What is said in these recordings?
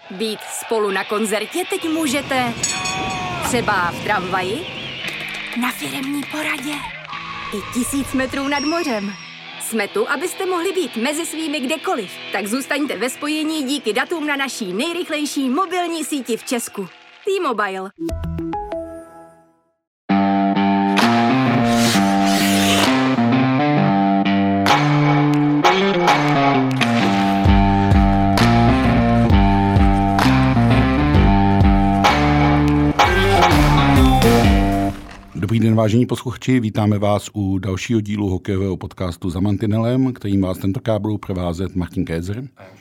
Být spolu na koncertě teď můžete třeba v tramvaji, na firemní poradě i 1000 metrů nad mořem. Jsme tu, abyste mohli být mezi svými kdekoliv. Tak zůstaňte ve spojení díky datům na naší nejrychlejší mobilní síti v Česku. T-Mobile. Dobrý den, vážení posluchači, vítáme vás u dalšího dílu hokejového podcastu Za mantinelem, kterým vás tentokrát budou provázet Martin Kézer.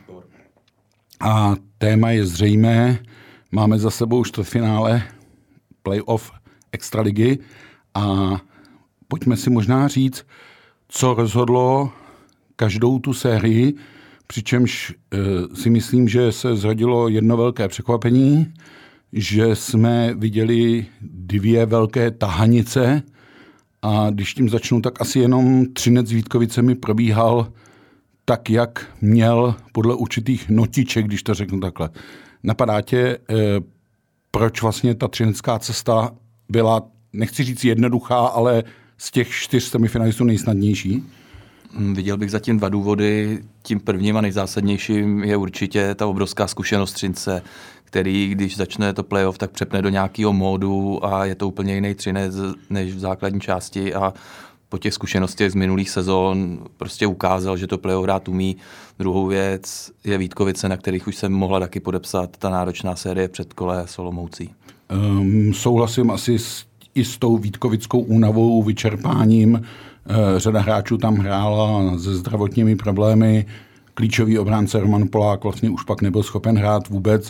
A téma je zřejmé, máme za sebou čtvrtfinále playoff extraligy a pojďme si možná říct, co rozhodlo každou tu sérii, přičemž si myslím, že se zrodilo jedno velké překvapení, že jsme viděli 2 velké tahanice a když tím začnu, tak asi jenom Třinec s Vítkovicemi probíhal tak, jak měl podle určitých notiček, když to řeknu takhle. Napadá tě, proč vlastně ta třinecká cesta byla, nechci říct jednoduchá, ale z těch 4 semifinalistů nejsnadnější? Viděl bych zatím 2 důvody. Tím prvním a nejzásadnějším je určitě ta obrovská zkušenost Třince, který, když začne to playoff, tak přepne do nějakého módu a je to úplně jiný Třinec než v základní části a po těch zkušenostech z minulých sezon prostě ukázal, že to playoff hrát umí. Druhou věc je Vítkovice, na kterých už se mohla taky podepsat ta náročná série předkole s Olomoucí. Souhlasím asi i s tou vítkovickou únavou, vyčerpáním. Řada hráčů tam hrála se zdravotními problémy. Klíčový obránce Roman Polák vlastně už pak nebyl schopen hrát vůbec.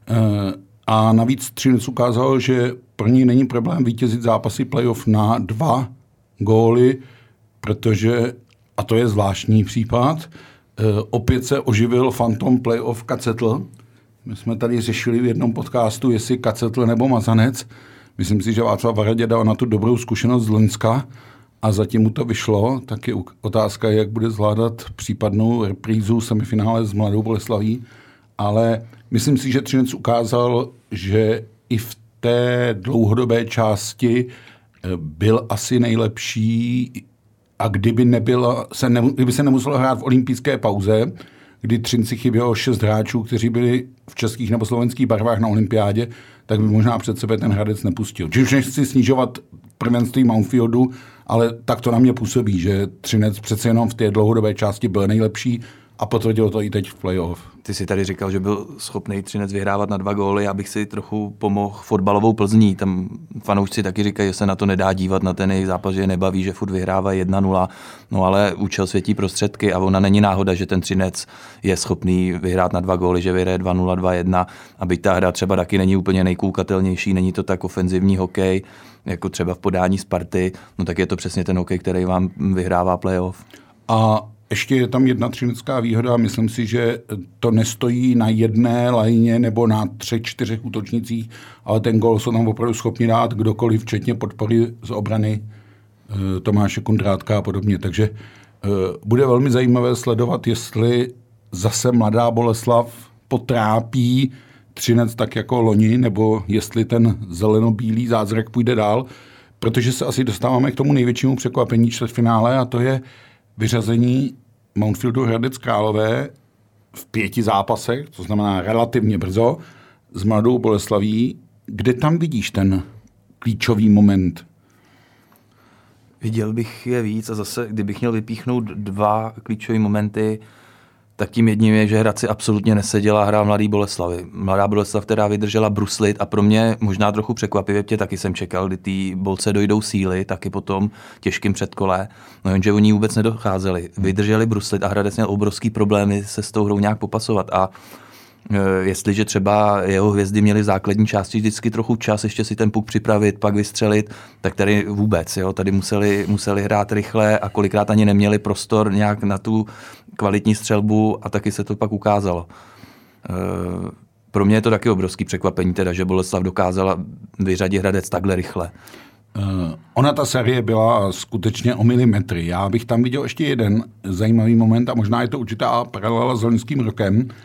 A navíc Třinec ukázal, že pro ní není problém vítězit zápasy playoff na 2 góly, protože, a to je zvláštní případ, opět se oživil fantom playoff Kacetl. My jsme tady řešili v jednom podcastu, jestli Kacetl nebo Mazanec. Myslím si, že Václav Varadě dal na tu dobrou zkušenost z Loňska a zatím mu to vyšlo, tak je otázka, jak bude zvládat případnou reprízu semifinále s Mladou Boleslaví, ale myslím si, že Třinec ukázal, že i v té dlouhodobé části byl asi nejlepší a kdyby se nemuselo hrát v olympijské pauze, kdy Třinci chybělo 6 hráčů, kteří byli v českých nebo slovenských barvách na olympiádě, tak by možná před sebe ten Hradec nepustil. Čiž nechci snižovat prvenství Mountfieldu, ale tak to na mě působí, že Třinec přece jenom v té dlouhodobé části byl nejlepší a potvrdil to i teď v playoff. Ty si tady říkal, že byl schopný Třinec vyhrávat na 2 góly, já bych si trochu pomohl fotbalovou Plzní. Tam fanoušci taky říkají, že se na to nedá dívat, na ten jejich zápas, že je nebaví, že furt vyhrává 1-0, no ale účel světí prostředky a ona není náhoda, že ten Třinec je schopný vyhrát na 2 góly, že vyhraje 2-0, 2-1 a byť ta hra třeba taky není úplně nejkoukatelnější, není to tak ofenzivní hokej, jako třeba v podání Sparty, no tak je to přesně ten hokej, který vám vyhrává playoff. A ještě je tam jedna třinecká výhoda, myslím si, že to nestojí na jedné lajně nebo na 3-4 útočnicích, ale ten gól jsou tam opravdu schopni dát kdokoliv, včetně podpory z obrany Tomáše Kundrátka a podobně. Takže bude velmi zajímavé sledovat, jestli zase Mladá Boleslav potrápí Třinec tak jako loni, nebo jestli ten zeleno-bílý zázrak půjde dál, protože se asi dostáváme k tomu největšímu překvapení čtvrtfinále a to je vyřazení Mountfieldu Hradec Králové v 5 zápasech, to znamená relativně brzo, s Mladou Boleslaví. Kde tam vidíš ten klíčový moment? Viděl bych je víc a zase, kdybych měl vypíchnout 2 klíčové momenty, tak tím jedním je, že Hradci absolutně neseděla hra Mladý Boleslavi. Mladá Boleslav, která vydržela bruslit a pro mě možná trochu překvapivě, taky jsem čekal, kdy ty Bolce dojdou síly, taky po tom těžkým předkole, no jenže oni vůbec nedocházeli. Vydrželi bruslit a Hradec měl obrovský problémy se s tou hrou nějak popasovat a jestliže třeba jeho hvězdy měly v základní části vždycky trochu čas ještě si ten puk připravit, pak vystřelit, tak tady vůbec, jo, tady museli hrát rychle a kolikrát ani neměli prostor nějak na tu kvalitní střelbu a taky se to pak ukázalo. Pro mě je to taky obrovský překvapení, teda, že Boleslav dokázala vyřadit Hradec takhle rychle. Ona ta série byla skutečně o milimetry. Já bych tam viděl ještě jeden zajímavý moment a možná je to určitá paralela s loňským rokem,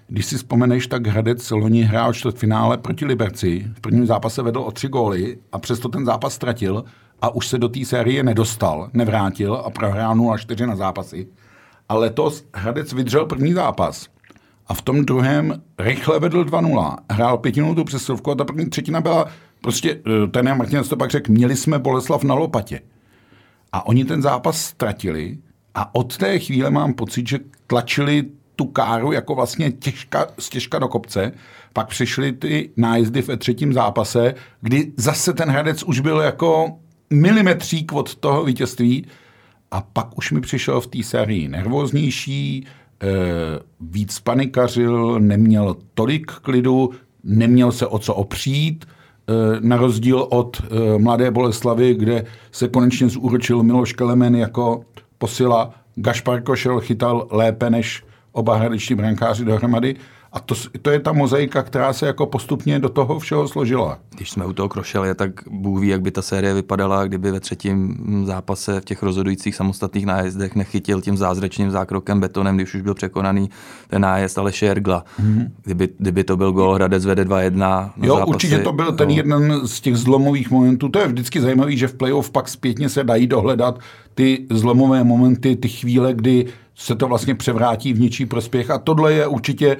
Když si vzpomeneš, tak Hradec loni hrál čtvrtfinále proti Liberci. V prvním zápase vedl o 3 góly a přesto ten zápas ztratil a už se do té série nedostal, nevrátil a prohrál 0-4 na zápasy. A letos Hradec vydržel první zápas a v tom druhém rychle vedl 2-0. Hrál 5 minut přesilovku a ta první třetina byla prostě, ten Martinec to pak řekl, měli jsme Boleslav na lopatě. A oni ten zápas ztratili a od té chvíle mám pocit, že tlačili tu káru jako vlastně stěžka do kopce. Pak přišly ty nájezdy ve třetím zápase, kdy zase ten Hradec už byl jako milimetřík od toho vítězství a pak už mi přišel v té sérii nervóznější, víc panikařil, neměl tolik klidu, neměl se o co opřít, na rozdíl od Mladé Boleslavy, kde se konečně zúročil Miloš Kelemen jako posila. Gašpar Košel chytal lépe než oba hradeční brankáři dohromady. A to je ta mozaika, která se jako postupně do toho všeho složila. Když jsme u toho Krošele, tak Bůh ví, jak by ta série vypadala, kdyby ve třetím zápase v těch rozhodujících samostatných nájezdech nechytil tím zázračným zákrokem betonem, když už byl překonaný ten nájezd Aleše Jergla. Kdyby to byl gól, Hradec vede 2-1. Jo, zápasy, určitě to byl ten jeden z těch zlomových momentů. To je vždycky zajímavý, že v playoff pak zpětně se dají dohledat ty zlomové momenty, ty chvíle, kdy se to vlastně převrátí v něčí prospěch. A tohle je určitě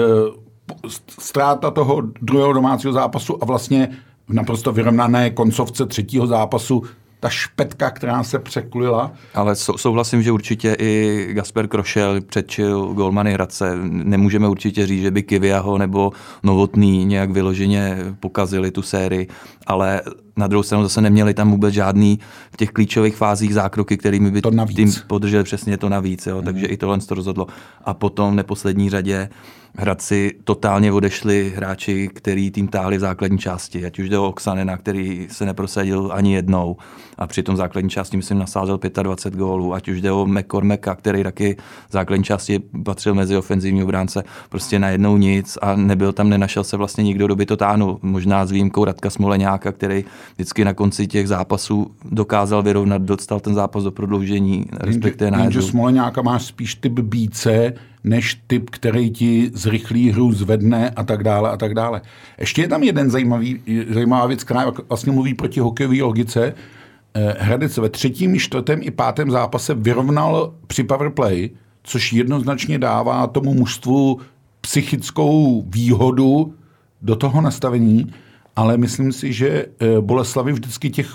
ztráta toho druhého domácího zápasu a vlastně v naprosto vyrovnané koncovce třetího zápasu ta špetka, která se překlila. Ale souhlasím, že určitě i Gasper Krošel předčil golmany Hradce. Nemůžeme určitě říct, že by Kiviaho nebo Novotný nějak vyloženě pokazili tu sérii, ale na druhou stranu zase neměli tam vůbec žádný v těch klíčových fázích zákroky, kterými by tým podrželi přesně to navíc. Jo? Takže i tohle to rozhodlo. A potom v neposlední řadě Hradci totálně odešli hráči, který tým táhli v základní části. Ať už jde o Oksanena, který se neprosadil ani jednou a při tom základní části, myslím, nasázel 25 gólů. Ať už jde o McCormacka, který taky v základní části patřil mezi ofenzivní obránce. Prostě najednou nic a nenašel se vlastně nikdo, kdo by to táhnul. Možná s výjimkou Radka Smoleňáka, který vždycky na konci těch zápasů dokázal vyrovnat, dostal ten zápas do prodloužení, respektive nájezdu. Jenže Smoleňáka máš spíš typ bíce, než typ, který ti zrychlí hru, zvedne a tak dále a tak dále. Ještě je tam jeden zajímavá věc, která vlastně mluví proti hokejové logice. Hradec ve 3., 4. i 5. zápase vyrovnal při powerplay, což jednoznačně dává tomu mužstvu psychickou výhodu do toho nastavení, ale myslím si, že Boleslavi vždycky těch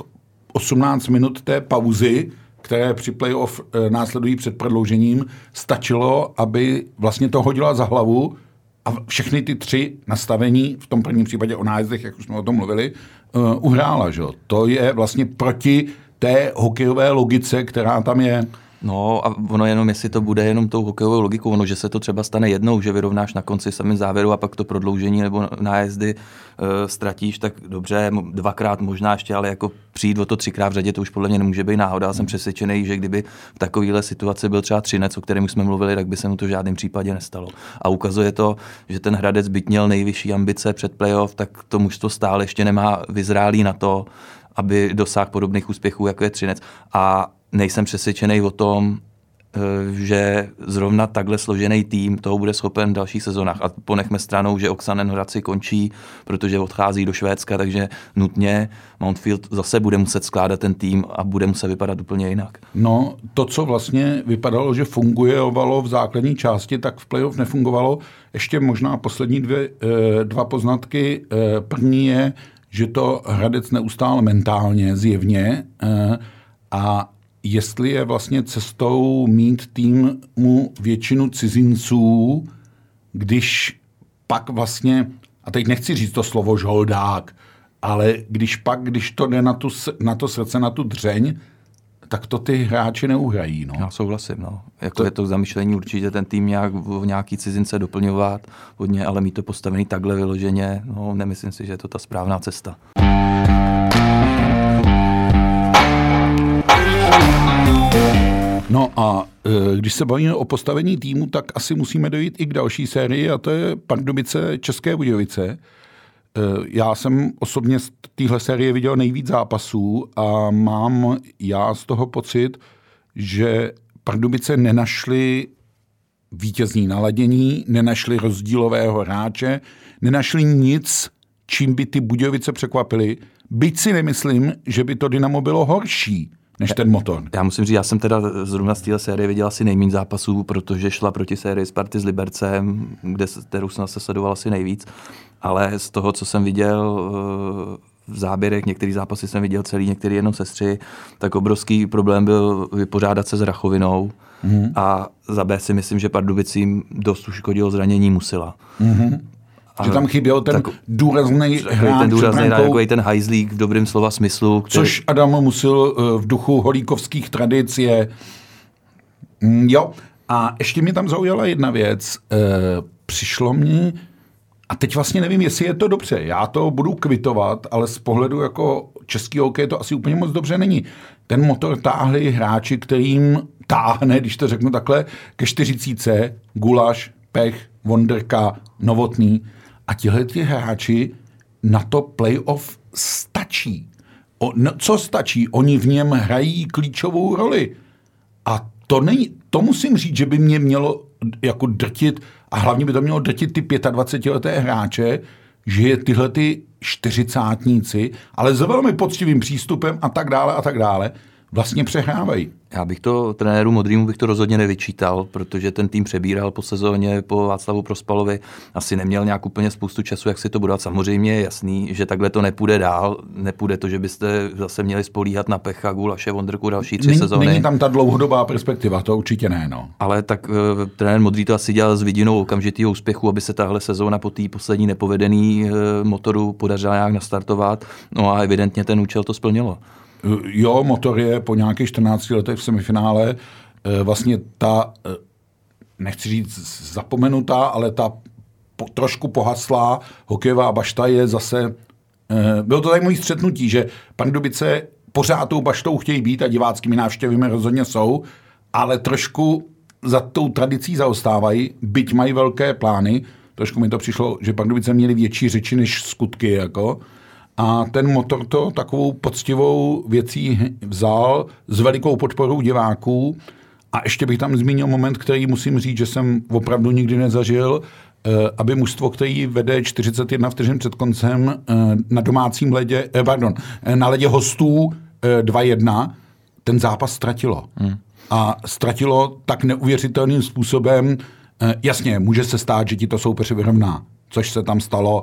18 minut té pauzy, které při playoff následují před prodloužením, stačilo, aby vlastně to hodila za hlavu a všechny ty 3 nastavení, v tom prvním případě o nájezdech, jak už jsme o tom mluvili, uhrála. Že? To je vlastně proti té hokejové logice, která tam je. No a ono jenom, jestli to bude jenom tou hokejovou logikou, ono, že se to třeba stane jednou, že vyrovnáš na konci samým závěru a pak to prodloužení nebo nájezdy ztratíš, tak dobře, 2krát možná ještě, ale jako přijít o to 3krát v řadě, to už podle mě nemůže být náhoda. Já jsem přesvědčený, že kdyby v takovéhle situaci byl třeba Třinec, o kterém už jsme mluvili, tak by se mu to v žádném případě nestalo. A ukazuje to, že ten Hradec, byť měl nejvyšší ambice před playoff, tak to mužstvo stále ještě nemá vyzrálý na to, aby dosáhl podobných úspěchů, jako je Třinec. A nejsem přesvědčený o tom, že zrovna takhle složený tým toho bude schopen v dalších sezónách. A ponechme stranou, že Oksanen Hradci končí, protože odchází do Švédska, takže nutně Mountfield zase bude muset skládat ten tým a bude muset vypadat úplně jinak. No, to, co vlastně vypadalo, že fungovalo v základní části, tak v playoff nefungovalo. Ještě možná poslední dva poznatky. První je, že to Hradec neustále mentálně, zjevně, a jestli je vlastně cestou mít týmu většinu cizinců, když pak vlastně, a teď nechci říct to slovo žoldák, ale když to jde na to srdce, na tu dřeň, tak to ty hráči neuhrají. No. Já souhlasím. No. Jako je to zamýšlení určitě ten tým nějaký cizince doplňovat hodně, ale mít to postavený takhle vyloženě, no, nemyslím si, že je to ta správná cesta. No a když se bavíme o postavení týmu, tak asi musíme dojít i k další sérii a to je Pardubice České Budějovice. Já jsem osobně z téhle série viděl nejvíc zápasů a mám já z toho pocit, že Pardubice nenašli vítězní naladění, nenašli rozdílového hráče, nenašli nic, čím by ty Budějovice překvapily. Byť si nemyslím, že by to Dynamo bylo horší než ten Motor. Já musím říct, já jsem teda zrovna z téhle série viděl asi nejméně zápasů, protože šla proti sérii Sparty s Libercem, kterou jsem se sledoval asi nejvíc. Ale z toho, co jsem viděl v záběrech, některý zápasy jsem viděl celý, některý jenom sestři, tak obrovský problém byl vypořádat se s rachovinou. A za B si myslím, že Pardubicím dost uškodilo zranění Musila. Že tam chyběl ten důrazný hráč. Ten důrazný hráč, takový ten hajzlík v dobrém slova smyslu. Což Adam Musil v duchu holíkovských tradic je. Jo. A ještě mi tam zaujala jedna věc. Přišlo mi, a teď vlastně nevím, jestli je to dobře. Já to budu kvitovat, ale z pohledu jako český hokej to asi úplně moc dobře není. Ten Motor táhli hráči, kterým táhne, když to řeknu takhle, ke 40, Gulaš, Pech, Vondrka, Novotný. A tihleti hráči na to playoff stačí. Co stačí? Oni v něm hrají klíčovou roli. A to musím říct, že by mě mělo jako drtit, a hlavně by to mělo drtit ty 25leté hráče, že je tyhle ty 40tníci, ale s velmi poctivým přístupem a tak dále, vlastně přehrávají. Já bych to trenéru Modrýmu bych to rozhodně nevyčítal, protože ten tým přebíral po sezóně po Václavu Prospalovi, asi neměl nějak úplně spoustu času, jak si to budovat. Samozřejmě je jasný, že takhle to nepůjde dál. Nepůjde to, že byste zase měli spolíhat na Pecha, Gulaše, Vondrku další 3 sezóny. Není tam ta dlouhodobá perspektiva, to určitě ne. No. Ale tak trenér Modrý to asi dělal s vidinou okamžitého úspěchu, aby se tahle sezóna po té poslední nepovedený Motoru podařila nějak nastartovat. No a evidentně ten účel to splnilo. Jo, Motor je po nějakých 14 letech v semifinále vlastně ta, nechci říct zapomenutá, ale ta trošku pohaslá hokejová bašta je zase, bylo to zajímavé střetnutí, že Pardubice pořád tou baštou chtějí být a diváckými návštěvami rozhodně jsou, ale trošku za tou tradicí zaostávají, byť mají velké plány. Trošku mi to přišlo, že Pardubice měli větší řeči než skutky, jako. A ten Motor to takovou poctivou věcí vzal s velikou podporou diváků. A ještě bych tam zmínil moment, který musím říct, že jsem opravdu nikdy nezažil, aby mužstvo, který vede 41 vteřin před koncem na domácím ledě, na ledě hostů 2-1, ten zápas ztratilo. A ztratilo tak neuvěřitelným způsobem. Jasně, může se stát, že ti to soupeř vyrovná, což se tam stalo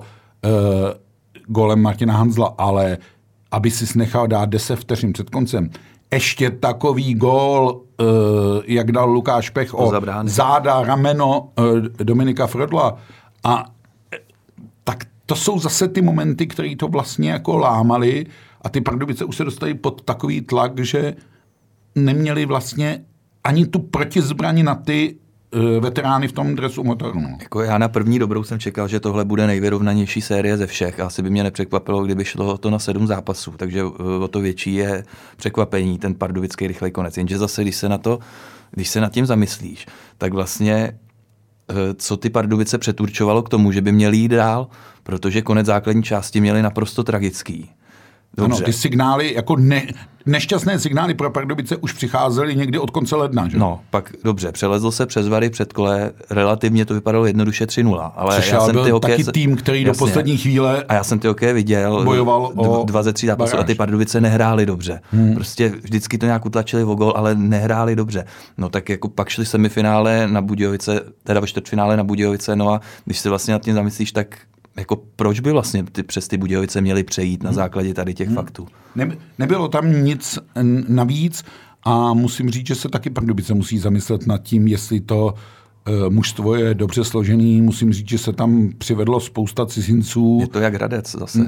gólem Martina Hanzla, ale aby si nechal dát 10 vteřin před koncem. Ještě takový gól, jak dal Lukáš Pech o záda, rameno Dominika Frödla. A tak to jsou zase ty momenty, které to vlastně jako lámali a ty Pardubice už se dostali pod takový tlak, že neměli vlastně ani tu protizbraň na ty veterány v tom dresu Motoru. No. Jako já na první dobrou jsem čekal, že tohle bude nejvyrovnanější série ze všech. Asi by mě nepřekvapilo, kdyby šlo to na 7 zápasů. Takže o to větší je překvapení, ten pardubický rychlej konec. Jenže zase, když se nad tím zamyslíš, tak vlastně co ty Pardubice přeturčovalo k tomu, že by měli jít dál, protože konec základní části měli naprosto tragický. Dobře. Ano, ty signály, jako nešťastné signály pro Pardubice už přicházely někdy od konce ledna, že? No, pak dobře, přelezl se přes Vary před kole, relativně to vypadalo jednoduše 3-0, ale Přešel, já jsem byl ty hokej, taky tým, který do poslední chvíle a já jsem ty hokej viděl, bojoval o 2 ze 3 zápasů a ty Pardubice nehráli dobře. Prostě vždycky to nějak utlačili o gol, ale nehráli dobře. No tak jako pak šli semifinále na Budějovice, teda ve čtvrtfinále na Budějovice, no a když se vlastně nad tím zamyslíš, tak jako proč by vlastně přes ty Budějovice měli přejít na základě tady těch faktů? Nebylo tam nic navíc a musím říct, že se taky Pardubice musí zamyslet nad tím, jestli to mužstvo je dobře složený. Musím říct, že se tam přivedlo spousta cizinců. Je to jak Hradec zase.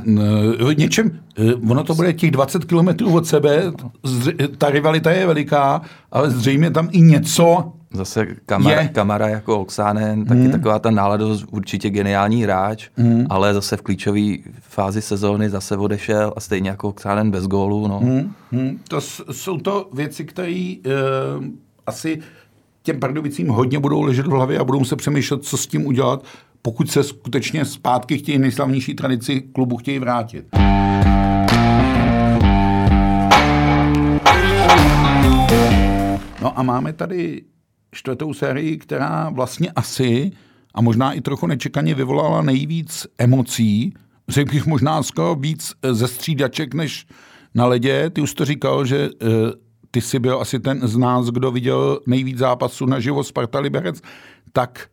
Ono to bude těch 20 kilometrů od sebe, ta rivalita je veliká, ale zřejmě tam i něco zase Kamara jako Oksánen, taky taková ta náladost, určitě geniální hráč, ale zase v klíčové fázi sezóny zase odešel a stejně jako Oksánen bez gólu. No. To jsou to věci, které asi těm Pardubicím hodně budou ležet v hlavě a budou se přemýšlet, co s tím udělat, pokud se skutečně zpátky chtějí nejslavnější tradici klubu chtějí vrátit. No a máme tady čtvrtou sérii, která vlastně asi a možná i trochu nečekaně vyvolala nejvíc emocí, řekl bych možná skoro víc ze střídaček než na ledě. Ty už to říkal, že ty jsi byl asi ten z nás, kdo viděl nejvíc zápasů naživo Sparta Liberec, tak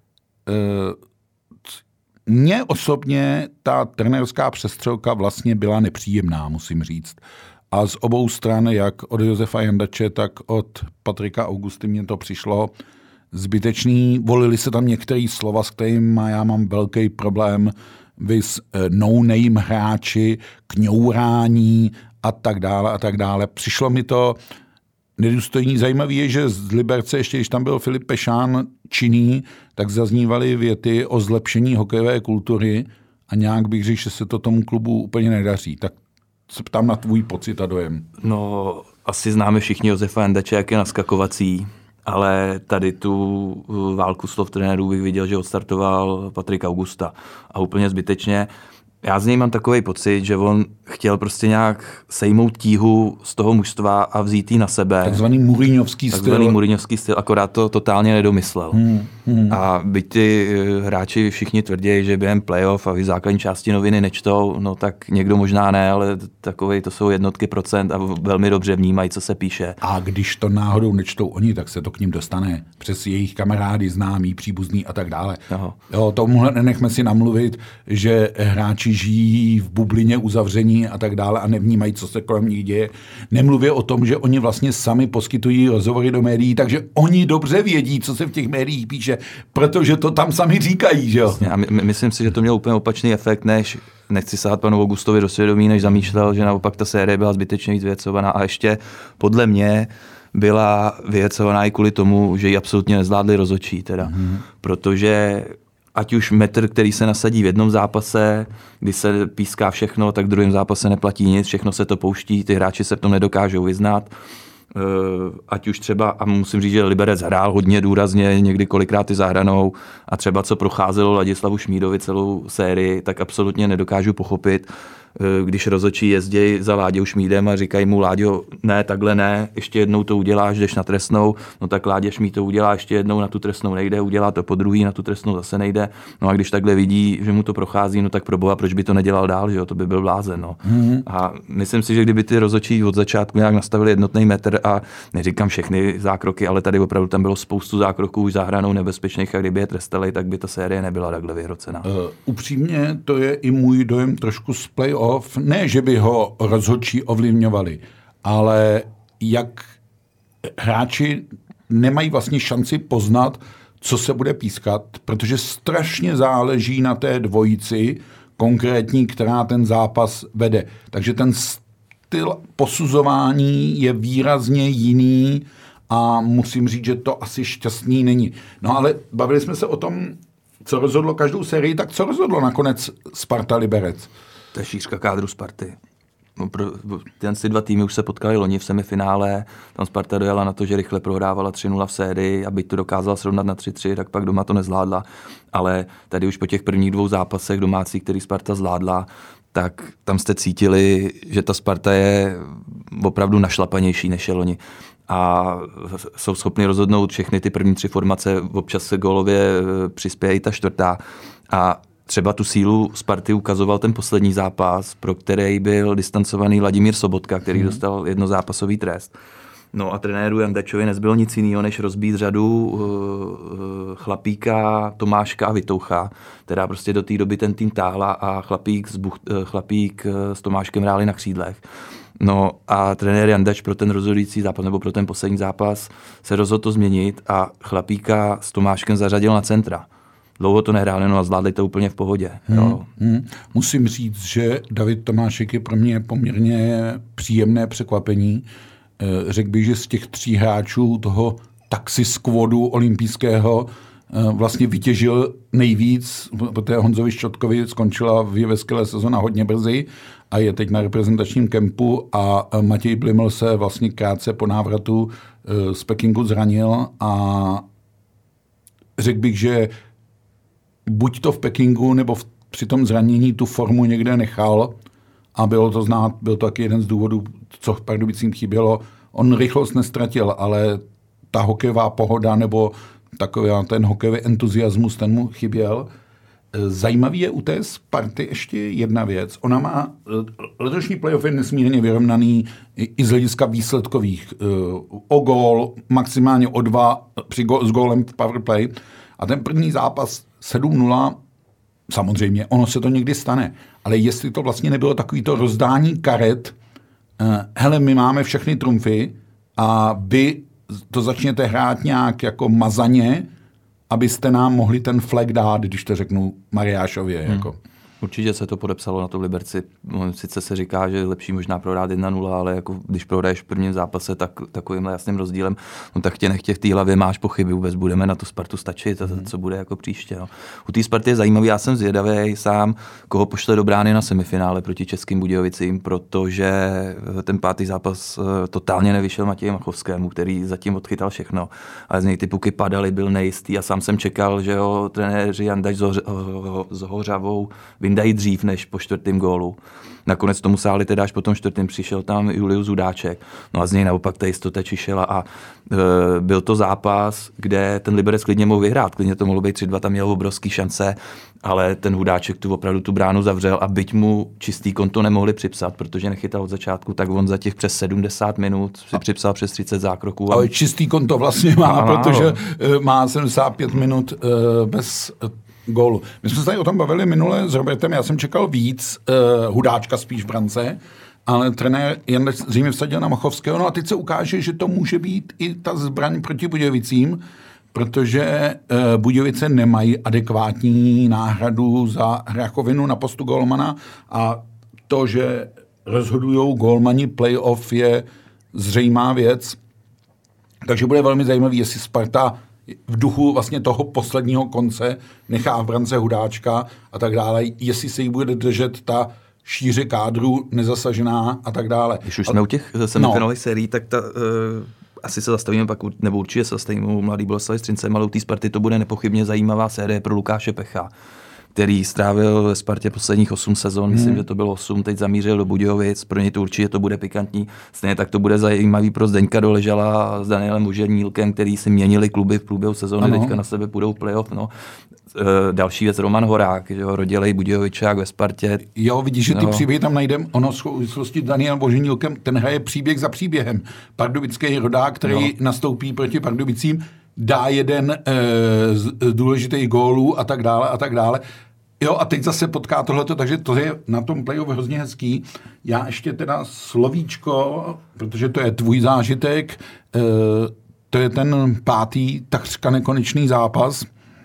mně osobně ta trenérská přestřelka vlastně byla nepříjemná, musím říct. A z obou stran, jak od Josefa Jandače, tak od Patrika Augusty mě to přišlo zbytečný. Volili se tam některé slova, s kterými já mám velký problém, vys no-name hráči, kňourání a tak dále a tak dále. Přišlo mi to nedůstojný. Zajímavý je, že z Liberce, ještě když tam byl Filip Pešán činný, tak zaznívaly věty o zlepšení hokejové kultury a nějak bych řekl, že se to tomu klubu úplně nedaří. Tak se ptám na tvůj pocit a dojem. No, asi známe všichni Josefa Jandače, jak je naskakovací, ale tady tu válku slov trenérů bych viděl, že odstartoval Patrik Augusta a úplně zbytečně. Já z něj mám takový pocit, že on chtěl prostě nějak sejmout tíhu z toho mužstva a vzít ji na sebe. Takzvaný Mourinhovský styl, akorát to totálně nedomyslel. A byť ty hráči všichni tvrdí, že během playoff a v základní části noviny nečtou, no tak někdo možná ne, ale takovej to jsou jednotky procent a velmi dobře vnímají, co se píše. A když to náhodou nečtou oni, tak se to k ním dostane přes jejich kamarády, známí, příbuzný a tak dále. Jo, tomuhle nenechme si namluvit, že hráči žijí v bublině uzavření a tak dále a nevnímají, co se kolem nich děje. Nemluvě o tom, že oni vlastně sami poskytují rozhovory do médií, takže oni dobře vědí, co se v těch médiích píše, protože to tam sami říkají, že jo? A myslím si, že to mělo úplně opačný efekt, než nechci sahat panu Augustovi do svědomí, než zamýšlel, že naopak ta série byla zbytečně víc vyhecovaná a ještě podle mě byla vyhecovaná i kvůli tomu, že ji absolutně nezvládli rozhodčí teda, protože ať už metr, který se nasadí v jednom zápase, kdy se píská všechno, tak v druhém zápase neplatí nic, všechno se to pouští, ty hráči se v tom nedokážou vyznat. Ať už třeba, a musím říct, že Liberec hrál hodně důrazně, někdy kolikrát i za hranou a třeba co procházelo Ladislavu Šmídovi celou sérii, tak absolutně nedokážu pochopit, když rozhodčí jezdí za Láďou Šmídem a říkají mu: Láďo, ne, takhle ne, ještě jednou to uděláš, jdeš na trestnou, no tak Láďa Šmíd to udělá, ještě jednou na tu trestnou nejde, udělá to podruhý, na tu trestnou zase nejde, no a když takhle vidí, že mu to prochází, no tak proboha, proč by to nedělal dál, že jo, to by byl blázen, no. A myslím si, že kdyby ty rozhodčí od začátku nějak nastavili jednotný metr a neříkám všechny zákroky, ale tady opravdu tam bylo spoustu zákroků už za hranou nebezpečných a kdyby je trestali, tak by ta série nebyla takhle vyhrocená. Upřímně to je i můj dojem trošku z playoff, ne, že by ho rozhodčí ovlivňovali, ale jak hráči nemají vlastně šanci poznat, co se bude pískat, protože strašně záleží na té dvojici konkrétní, která ten zápas vede. Takže ten styl posuzování je výrazně jiný a musím říct, že to asi šťastný není. No ale bavili jsme se o tom, co rozhodlo každou sérii, tak co rozhodlo nakonec Sparta Liberec? To je šířka kádru Sparty. Ty dva týmy už se potkali loni v semifinále, tam Sparta dojela na to, že rychle prohrávala 3-0 v sérii, aby to dokázala srovnat na 3-3, tak pak doma to nezvládla. Ale tady už po těch prvních dvou zápasech domácí, který Sparta zvládla, tak tam jste cítili, že ta Sparta je opravdu našlapanější než je loni. A jsou schopni rozhodnout všechny ty první tři formace, občas se gólově přispěje i ta čtvrtá. A třeba tu sílu Sparty ukazoval ten poslední zápas, pro který byl distancovaný Vladimír Sobotka, který dostal jednozápasový trest. No a trenéru Jandačovi nezbylo nic jiného, než rozbít řadu Chlapíka, Tomáška a Vitoucha, která prostě do té doby ten tým táhla a Chlapík s Tomáškem hráli na křídlech. No a trenér Jandač pro ten rozhodující zápas, nebo pro ten poslední zápas, se rozhodl to změnit a Chlapíka s Tomáškem zařadil na centra. Dlouho to nehráli, no a zvládli to úplně v pohodě. Musím říct, že David Tomášek je pro mě poměrně příjemné překvapení. Řekl bych, že z těch 3 hráčů toho taxi squadu olympijského vlastně vytěžil nejvíc, protože Honzovi Ščotkovi skončila ve skvělé sezona hodně brzy a je teď na reprezentačním kempu a Matěj Bliml se vlastně krátce po návratu z Pekingu zranil a řekl bych, že buď to v Pekingu nebo při tom zranění tu formu někde nechal a bylo to znát, byl to taky jeden z důvodů, co v Pardubicím chybělo. On rychlost nestratil, ale ta hokejová pohoda nebo takový ten hokejový entuziasmus, ten mu chyběl. Zajímavý je u té Sparty ještě jedna věc. Ona má, letošní playoff je nesmírně vyrovnaný i z hlediska výsledkových. O gól, maximálně o 2 s gólem v powerplay. A ten první zápas 7-0, samozřejmě, ono se to někdy stane. Ale jestli to vlastně nebylo takový to rozdání karet, hele, my máme všechny trumfy a vy to začněte hrát nějak jako mazaně, abyste nám mohli ten flag dát, když to řeknu Mariášově. Jako. Určitě se to podepsalo na to v Liberci. Sice se říká, že je lepší možná prohrát 1-0, ale jako když prohraješ v prvním zápase takovýmhle jasným rozdílem, no tak tě nechtě v té hlavě máš pochyby, vůbec budeme na tu Spartu stačit a co bude jako příště. No. U té Sparty je zajímavý, já jsem zvědavý sám, koho pošle do brány na semifinále proti Českým Budějovicím, protože ten 5. zápas totálně nevyšel Matěji Machovskému, který zatím odchytal všechno. Ale z něj ty puky padaly, byl nejistý a sám jsem čekal, že ho trenéři Jandaš s Hořavou dají dřív než po 4. gólu. Nakonec tomu sáli teda až po tom 4. přišel tam Julius Hudáček. No a z něj naopak ta jistota čišela a byl to zápas, kde ten Liberec klidně mohl vyhrát. Klidně to mohlo být 3-2, tam měl obrovský šance, ale ten Hudáček opravdu tu bránu zavřel a byť mu čistý konto nemohli připsat, protože nechytal od začátku, tak on za těch přes 70 minut si připsal přes 30 zákroků. Ale čistý konto vlastně má, protože má 75 minut bez gólu. My jsme se tady o tom bavili minule s Robertem, já jsem čekal víc Hudáčka spíš v brance, ale trenér jen zřejmě vsadil na Machovského, no a teď se ukáže, že to může být i ta zbraň proti Budějovicím, protože Budějovice nemají adekvátní náhradu za Hrachovinu na postu gólmana a to, že rozhodujou gólmani playoff je zřejmá věc, takže bude velmi zajímavý, jestli Sparta v duchu vlastně toho posledního konce nechá v brance Hudáčka a tak dále, jestli se jí bude držet ta šíře kádru nezasažená a tak dále. Když už jsme u těch semifinálových sérií, tak asi se zastavíme pak, nebo určitě se zastavíme u Mladý Boleslavi s Třincem, ale u té Sparty to bude nepochybně zajímavá série pro Lukáše Pecha, který strávil ve Spartě posledních 8 sezon, myslím, že to bylo 8, teď zamířil do Budějovic, pro ně to určitě to bude pikantní. Stejně tak to bude zajímavý pro Zdeňka Doležala s Danielem Mužernílkem, který si měnili kluby v průběhu sezóny, teďka na sebe půjdou playoff. No. Další věc, Roman Horák, že ho rodilej Budějovičák ve Spartě. Jo, vidíš, že ty příběhy tam najdeme. Ono v souvislosti s Danielem Mužernílkem, ten hraje příběh za příběhem. Pardubický rodák, který nastoupí proti Pardubicím, dá jeden důležitý gólů a tak dále a tak dále. Jo, a teď zase potká tohleto, takže to je na tom playoff hrozně hezký. Já ještě teda slovíčko, protože to je tvůj zážitek, to je ten 5. takřka nekonečný zápas.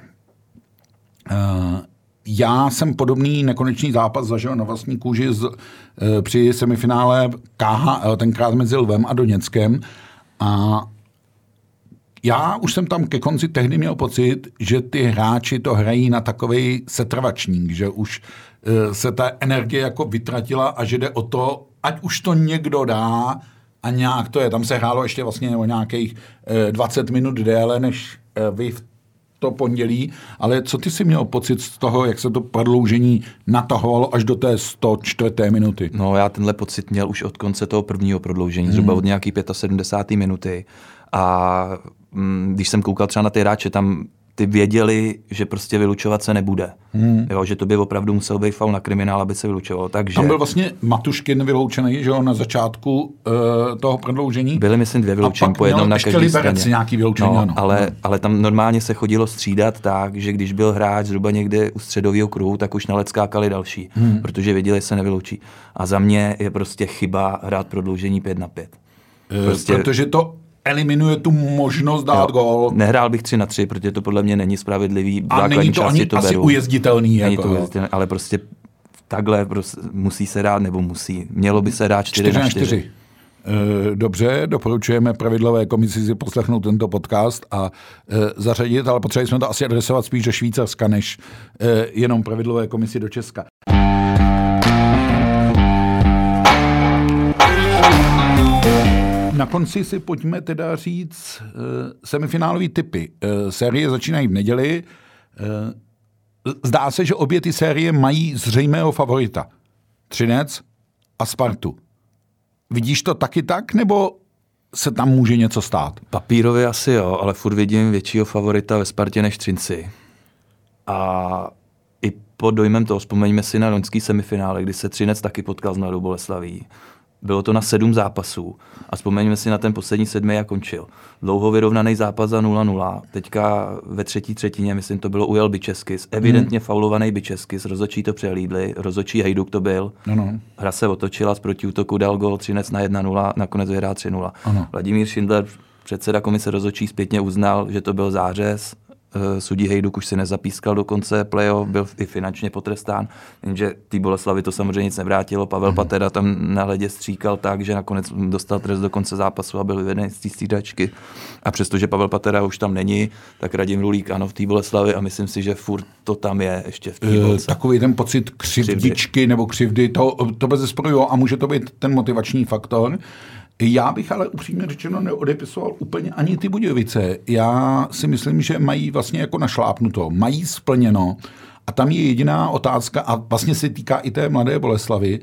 Já jsem podobný nekonečný zápas zažil na vlastní kůži při semifinále KHL, tenkrát mezi Lvem a Doněckem. A já už jsem tam ke konci tehdy měl pocit, že ty hráči to hrají na takovej setrvačník, že už se ta energie jako vytratila a že jde o to, ať už to někdo dá a nějak to je. Tam se hrálo ještě vlastně o nějakých 20 minut déle, než vy v to pondělí, ale co ty jsi měl pocit z toho, jak se to prodloužení natahovalo až do té 104. minuty? No, já tenhle pocit měl už od konce toho prvního prodloužení, zhruba od nějaký 75. minuty. A když jsem koukal třeba na ty hráče, tam ty věděli, že prostě vylučovat se nebude. Jo, že to by opravdu musel být faul na kriminál, aby se vylučovalo. Takže tam byl vlastně Matuškin vyloučený, že jo, na začátku toho prodloužení. Byly, myslím, 2 vyloučení, po jednom na každé straně. Nějaký vyloučení, no, ano. Ale tam normálně se chodilo střídat tak, že když byl hráč zhruba někde u středového kruhu, tak už naleckákali další, protože věděli, že se nevyloučí. A za mě je prostě chyba hrát prodloužení 5-5. Prostě protože to eliminuje tu možnost dát gól. Nehrál bych 3-3, protože to podle mě není spravedlivý. A není to ani to asi beru. ujezditelný. Není jako, to ujezditelný, ale prostě takhle prostě musí se dát, nebo musí. Mělo by se dát 4-4. Dobře, doporučujeme pravidlové komisi si poslechnout tento podcast a zařadit, ale potřebovali jsme to asi adresovat spíš do Švýcarska, než jenom pravidlové komisi do Česka. Na konci si pojďme teda říct semifinálový typy. Série začínají v neděli. Zdá se, že obě ty série mají zřejmého favorita. Třinec a Spartu. Vidíš to taky tak, nebo se tam může něco stát? Papírově asi jo, ale furt vidím většího favorita ve Spartě než Třinci. A i pod dojmem toho vzpomeňme si na loňský semifinále, kdy se Třinec taky potkal s Mladou Boleslaví. Bylo to na 7 zápasů a vzpomeňme si na ten poslední 7, jak končil. Dlouho vyrovnaný zápas za 0-0. Teďka ve třetí třetině, myslím, to bylo ujel Bičeskis. Evidentně faulovaný Bičeskis, rozhodčí to přehlídli, rozhodčí Hejduk to byl. Ano. Hra se otočila, z protiútoku dal gól, Třinec na 1-0, nakonec vyhrál 3-0. Ano. Vladimír Šindler, předseda komise rozhodčí, zpětně uznal, že to byl zářez. Sudí Hejduk už si nezapískal do konce playoff, byl i finančně potrestán, jenže tý Boleslavy to samozřejmě nic nevrátilo. Pavel Patera tam na ledě stříkal tak, že nakonec dostal trest do konce zápasu a byl vyveden z té střídačky. A přestože Pavel Patera už tam není, tak Radim Rulík ano v té Boleslavi a myslím si, že furt to tam je ještě v té Bolce. Takový ten pocit křivdičky nebo křivdy, to bezesporu jo a může to být ten motivační faktor. Já bych ale upřímně řečeno neodepisoval úplně ani ty Budějovice. Já si myslím, že mají vlastně jako našlápnuto, mají splněno a tam je jediná otázka a vlastně se týká i té Mladé Boleslavy,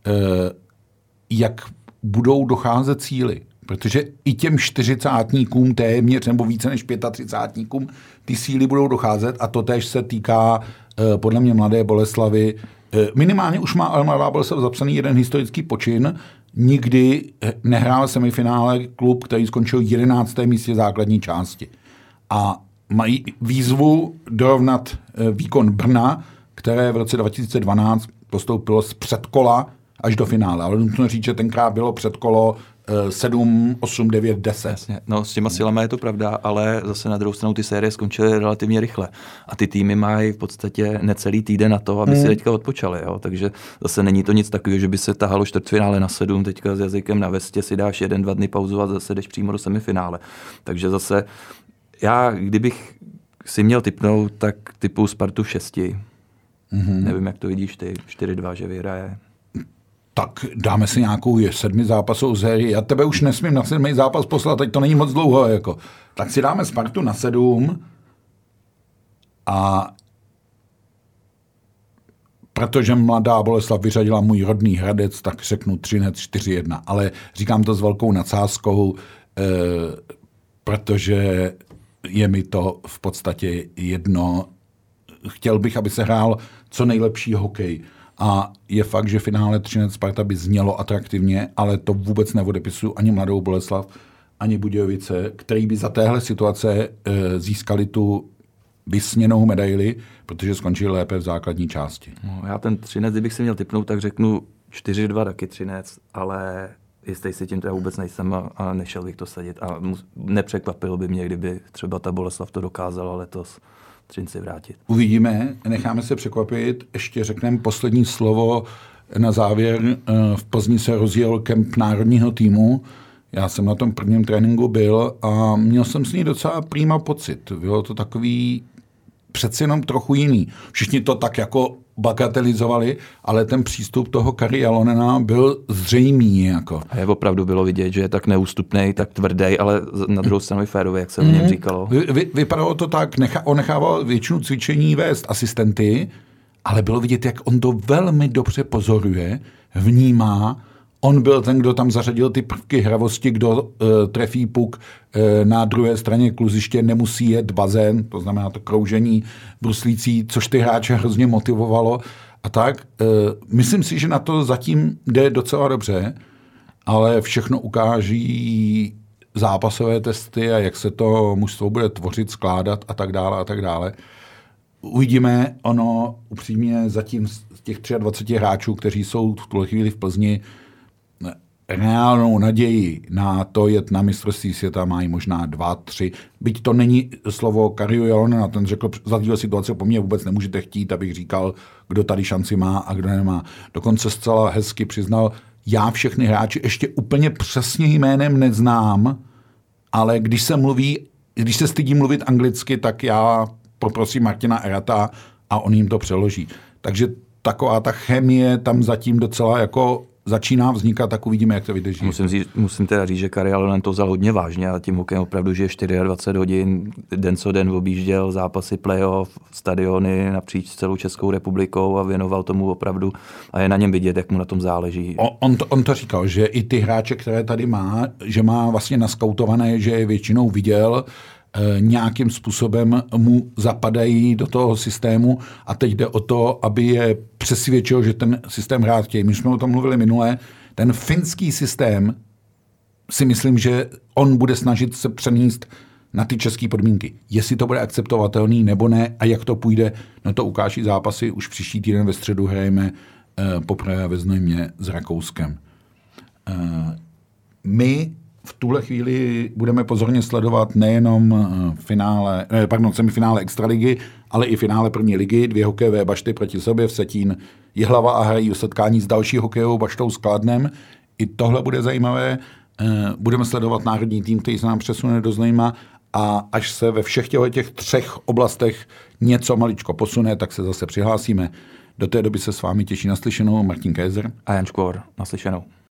jak budou docházet síly. Protože i těm 40átníkům téměř nebo více než 35átníkům ty síly budou docházet a to též se týká podle mě Mladé Boleslavy. Minimálně už má Mladá Boleslav zapsaný jeden historický počin. Nikdy nehrál semifinále klub, který skončil 11. místě základní části. A mají výzvu dorovnat výkon Brna, které v roce 2012 postoupilo z předkola až do finále. Ale nutno říct, že tenkrát bylo předkolo 7, 8, 9, 10. Jasně. No s těma silama je to pravda, ale zase na druhou stranu ty série skončily relativně rychle. A ty týmy mají v podstatě necelý týden na to, aby si teďka odpočali. Jo? Takže zase není to nic takového, že by se tahalo čtvrtfinále na 7, teďka s jazykem na vestě si dáš 1-2 dny pauzu a zase jdeš přímo do semifinále. Takže zase já, kdybych si měl tipnout, tak typu Spartu v 6. Nevím, jak to vidíš ty, 4-2, že vyhraje. Tak dáme si nějakou 7 zápasovou sérii. Já tebe už nesmím na 7 zápas poslat, teď to není moc dlouho. Jako. Tak si dáme Spartu na 7 a protože Mladá Boleslav vyřadila můj rodný Hradec, tak řeknu Třinec 4-1. Ale říkám to s velkou nadsázkou, protože je mi to v podstatě jedno. Chtěl bych, aby se hrál co nejlepší hokej. A je fakt, že finále Třinec Sparta by znělo atraktivně, ale to vůbec neodepisuju ani Mladou Boleslav, ani Budějovice, který by za téhle situace získali tu vysněnou medaili, protože skončili lépe v základní části. No, já ten Třinec, kdybych si měl tipnout, tak řeknu 4-2 taky Třinec, ale jistý si tím teda vůbec nejsem a nešel bych to sadit. A nepřekvapilo by mě, kdyby třeba ta Boleslav to dokázala letos Třinci vrátit. Uvidíme, necháme se překvapit. Ještě řekneme poslední slovo na závěr. V Plzni se rozjel kemp národního týmu. Já jsem na tom prvním tréninku byl a měl jsem s ní docela prýma pocit. Bylo to takový přeci jenom trochu jiný. Všichni to tak jako bagatelizovali, ale ten přístup toho Kari Jalonena byl zřejmý. Jako. A je opravdu bylo vidět, že je tak neústupný, tak tvrdý, ale na druhou stranu férový, jak se o něm říkalo. Vypadalo to tak, on nechával většinu cvičení vést asistenty, ale bylo vidět, jak on to velmi dobře pozoruje, vnímá. On byl ten, kdo tam zařadil ty prvky hravosti, kdo trefí puk na druhé straně kluziště, nemusí jet bazén, to znamená to kroužení bruslící, což ty hráče hrozně motivovalo. A tak, myslím si, že na to zatím jde docela dobře, ale všechno ukáží zápasové testy a jak se to mužstvo bude tvořit, skládat a tak dále a tak dále. Uvidíme, ono upřímně zatím z těch 23 hráčů, kteří jsou v tuhle chvíli v Plzni, reálnou naději na to jet na mistrovství světa mají možná 2, 3. Byť to není slovo Kariu Jalonena, ten řekl, za této situace po mně vůbec nemůžete chtít, abych říkal, kdo tady šanci má a kdo nemá. Dokonce zcela hezky přiznal, já všechny hráči ještě úplně přesně jménem neznám, ale když se stydí mluvit anglicky, tak já poprosím Martina Erata a on jim to přeloží. Takže taková ta chemie tam zatím docela jako začíná vznikat, tak uvidíme, jak to vydrží. Musím teda říct, že Kari Alonen to vzal hodně vážně a tím hokejem opravdu, že 24 hodin den co den objížděl zápasy playoff, stadiony napříč celou Českou republikou a věnoval tomu opravdu a je na něm vidět, jak mu na tom záleží. On to říkal, že i ty hráče, které tady má, že má vlastně naskautované, že je většinou viděl, nějakým způsobem mu zapadají do toho systému a teď jde o to, aby je přesvědčil, že ten systém hrát chtějí. My jsme o tom mluvili minule, ten finský systém si myslím, že on bude snažit se přenést na ty české podmínky. Jestli to bude akceptovatelný nebo ne a jak to půjde, no to ukáží zápasy. Už příští týden ve středu hrajeme poprvé ve Znojmě s Rakouskem. My v tuhle chvíli budeme pozorně sledovat nejenom semifinále Extraligy, ale i finále první ligy, 2 hokejové bašty proti sobě v Vsetín Jihlava a hrají o setkání s další hokejovou baštou s Kladnem. I tohle bude zajímavé. Budeme sledovat národní tým, který se nám přesune do Znojma a až se ve všech těch 3 oblastech něco maličko posune, tak se zase přihlásíme. Do té doby se s vámi těší naslyšenou Martin Kézer a Jan Škvor. Naslyšenou.